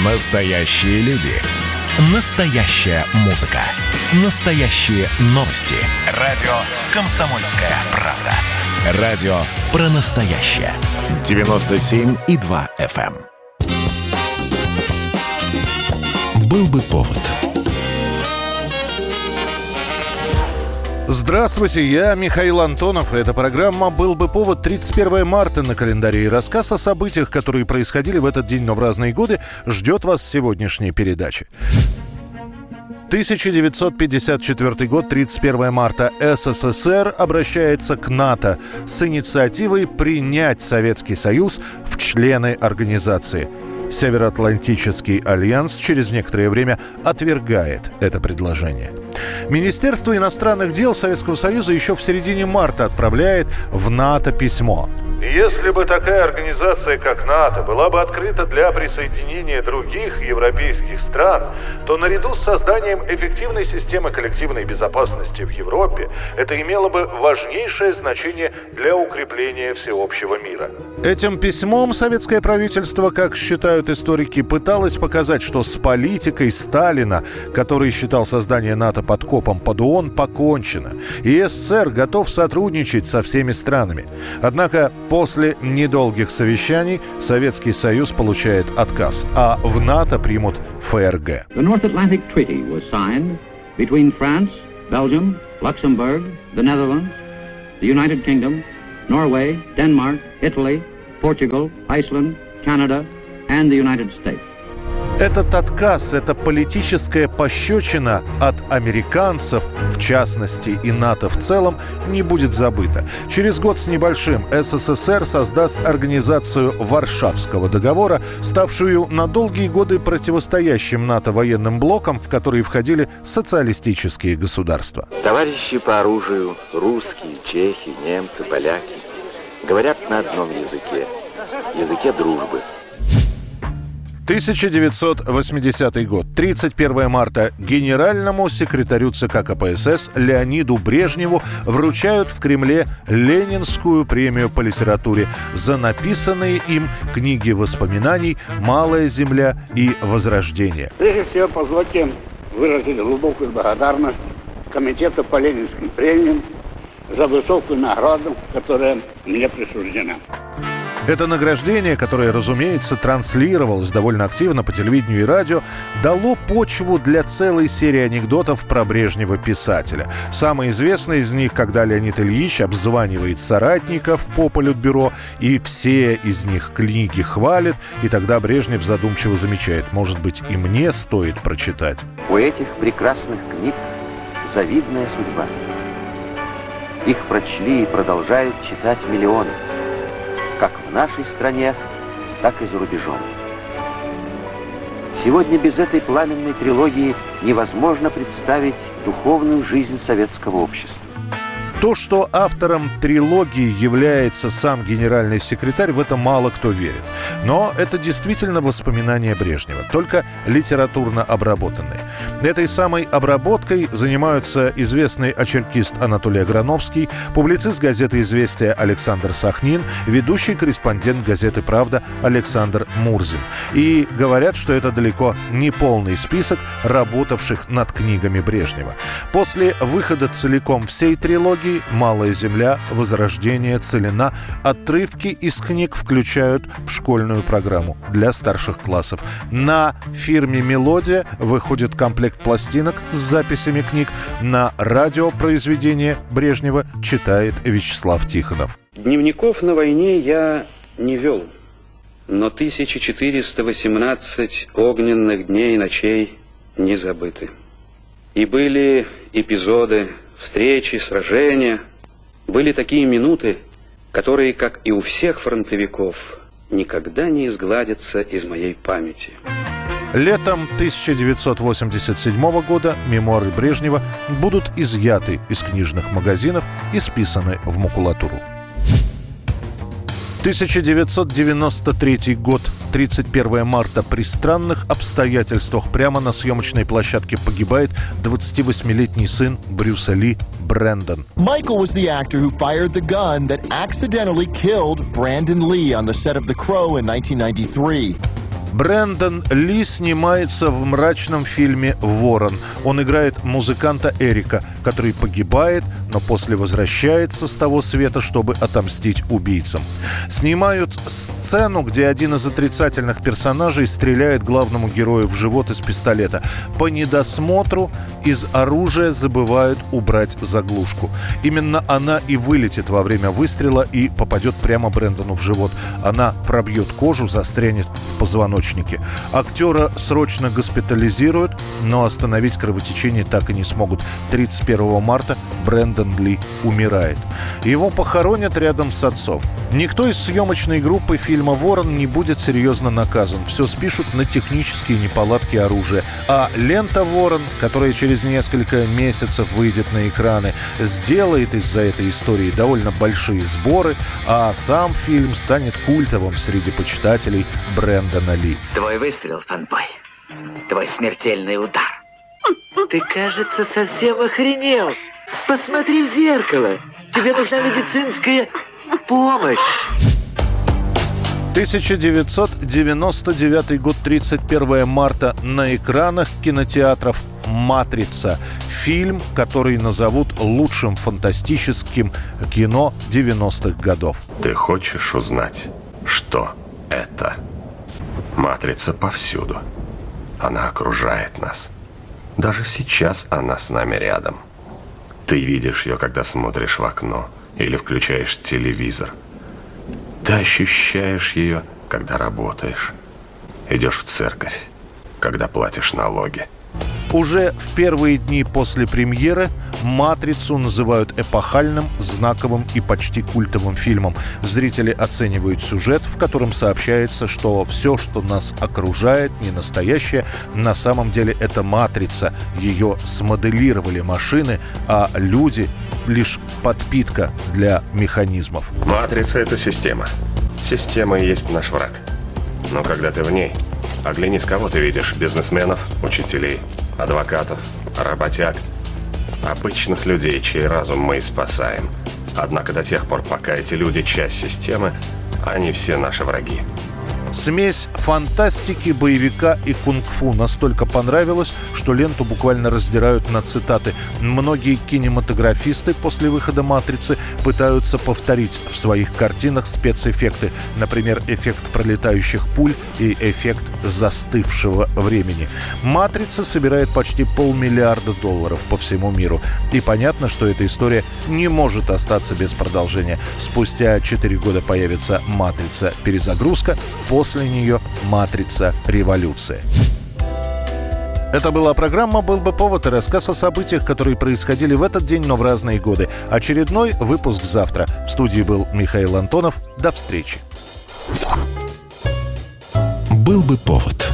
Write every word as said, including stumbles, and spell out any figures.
Настоящие люди. Настоящая музыка. Настоящие новости. Радио «Комсомольская правда». Радио про настоящее. девяносто семь и два эф эм. Был бы повод. Здравствуйте, я Михаил Антонов. Эта программа «Был бы повод». Тридцать первое марта на календаре. И рассказ о событиях, которые происходили в этот день, но в разные годы, ждет вас в сегодняшней передаче. тысяча девятьсот пятьдесят четвёртый год, тридцать первое марта. эс эс эс эр обращается к НАТО с инициативой принять Советский Союз в члены организации. Североатлантический альянс через некоторое время отвергает это предложение. Министерство иностранных дел Советского Союза еще в середине марта отправляет в НАТО письмо. Если бы такая организация, как НАТО, была бы открыта для присоединения других европейских стран, то наряду с созданием эффективной системы коллективной безопасности в Европе это имело бы важнейшее значение для укрепления всеобщего мира. Этим письмом советское правительство, как считают историки, пыталось показать, что с политикой Сталина, который считал создание НАТО подкопом под ООН, покончено, и эс эс эс эр готов сотрудничать со всеми странами. Однако после недолгих совещаний Советский Союз получает отказ, а в НАТО примут эф эр гэ. The North Atlantic Treaty was signed between France, Belgium, Luxembourg, the Netherlands, the United Kingdom, Norway, Denmark, Italy, Portugal, Iceland, Canada and the United States. Этот отказ, эта политическая пощечина от американцев, в частности, и НАТО в целом, не будет забыта. Через год с небольшим эс эс эс эр создаст организацию Варшавского договора, ставшую на долгие годы противостоящим НАТО военным блоком, в который входили социалистические государства. Товарищи по оружию, русские, чехи, немцы, поляки, говорят на одном языке – языке дружбы. тысяча девятьсот восьмидесятый год, тридцать первое марта. Генеральному секретарю ЦК ка пэ эс эс Леониду Брежневу вручают в Кремле Ленинскую премию по литературе за написанные им книги воспоминаний «Малая земля» и «Возрождение». Прежде всего, позвольте выразить глубокую благодарность Комитету по Ленинским премиям за высокую награду, которая мне присуждена. Это награждение, которое, разумеется, транслировалось довольно активно по телевидению и радио, дало почву для целой серии анекдотов про Брежнева-писателя. Самый известный из них, когда Леонид Ильич обзванивает соратников по Политбюро, и все из них книги хвалят, и тогда Брежнев задумчиво замечает: может быть, и мне стоит прочитать. У этих прекрасных книг завидная судьба. Их прочли и продолжают читать миллионы. Как в нашей стране, так и за рубежом. Сегодня без этой пламенной трилогии невозможно представить духовную жизнь советского общества. То, что автором трилогии является сам генеральный секретарь, в это мало кто верит. Но это действительно воспоминания Брежнева, только литературно обработанные. Этой самой обработкой занимаются известный очеркист Анатолий Аграновский, публицист газеты «Известия» Александр Сахнин, ведущий корреспондент газеты «Правда» Александр Мурзин. И говорят, что это далеко не полный список работавших над книгами Брежнева. После выхода целиком всей трилогии «Малая земля», «Возрождение», «Целина» отрывки из книг включают в школьную программу для старших классов. На фирме «Мелодия» выходит комплект пластинок с записями книг. На радиопроизведение Брежнева читает Вячеслав Тихонов. Дневников на войне я не вел, но тысяча четыреста восемнадцать огненных дней и ночей не забыты. И были эпизоды, встречи, сражения. Были такие минуты, которые, как и у всех фронтовиков, никогда не изгладятся из моей памяти. Летом тысяча девятьсот восемьдесят седьмого года мемуары Брежнева будут изъяты из книжных магазинов и списаны в макулатуру. тысяча девятьсот девяносто третий год, тридцать первое марта. При странных обстоятельствах прямо на съемочной площадке погибает двадцативосьмилетний сын Брюса Ли Брэндон. Michael was the actor who fired the gun that accidentally killed Brandon Lee on the set of The Crow in nineteen ninety-three. Брэндон Ли снимается в мрачном фильме «Ворон». Он играет музыканта Эрика, который погибает, но после возвращается с того света, чтобы отомстить убийцам. Снимают сцену, где один из отрицательных персонажей стреляет главному герою в живот из пистолета. По недосмотру из оружия забывают убрать заглушку. Именно она и вылетит во время выстрела и попадет прямо Брэндону в живот. Она пробьет кожу, застрянет в позвоночнике. Актера срочно госпитализируют, но остановить кровотечение так и не смогут. тридцать первого марта Брэндон Ли умирает. Его похоронят рядом с отцом. Никто из съемочной группы фильма «Ворон» не будет серьезно наказан. Все спишут на технические неполадки оружия. А лента «Ворон», которая через несколько месяцев выйдет на экраны, сделает из-за этой истории довольно большие сборы, а сам фильм станет культовым среди почитателей Брэндона Ли. Твой выстрел, фанбой. Твой смертельный удар. Ты, кажется, совсем охренел. Посмотри в зеркало. Тебе нужна медицинская помощь. тысяча девятьсот девяносто девятый год, тридцать первого марта, на экранах кинотеатров «Матрица». Фильм, который назовут лучшим фантастическим кино девяностых годов. Ты хочешь узнать, что это? Матрица повсюду. Она окружает нас. Даже сейчас она с нами рядом. Ты видишь ее, когда смотришь в окно или включаешь телевизор. Ты ощущаешь ее, когда работаешь. Идешь в церковь, когда платишь налоги. Уже в первые дни после премьеры «Матрицу» называют эпохальным, знаковым и почти культовым фильмом. Зрители оценивают сюжет, в котором сообщается, что все, что нас окружает, не настоящее. На самом деле это матрица. Ее смоделировали машины, а люди — лишь подпитка для механизмов. Матрица — это система. Система и есть наш враг. Но когда ты в ней, оглянись, кого ты видишь: бизнесменов, учителей, адвокатов, работяг, обычных людей, чей разум мы и спасаем. Однако до тех пор, пока эти люди часть системы, они все наши враги. Смесь фантастики, боевика и кунг-фу настолько понравилась, что ленту буквально раздирают на цитаты. Многие кинематографисты после выхода «Матрицы» пытаются повторить в своих картинах спецэффекты. Например, эффект пролетающих пуль и эффект застывшего времени. «Матрица» собирает почти полмиллиарда долларов по всему миру. И понятно, что эта история не может остаться без продолжения. Спустя четыре года появится «Матрица. Перезагрузка», после нее «Матрица. Революция». Это была программа «Был бы повод» и рассказ о событиях, которые происходили в этот день, но в разные годы. Очередной выпуск завтра. В студии был Михаил Антонов. До встречи. «Был бы повод».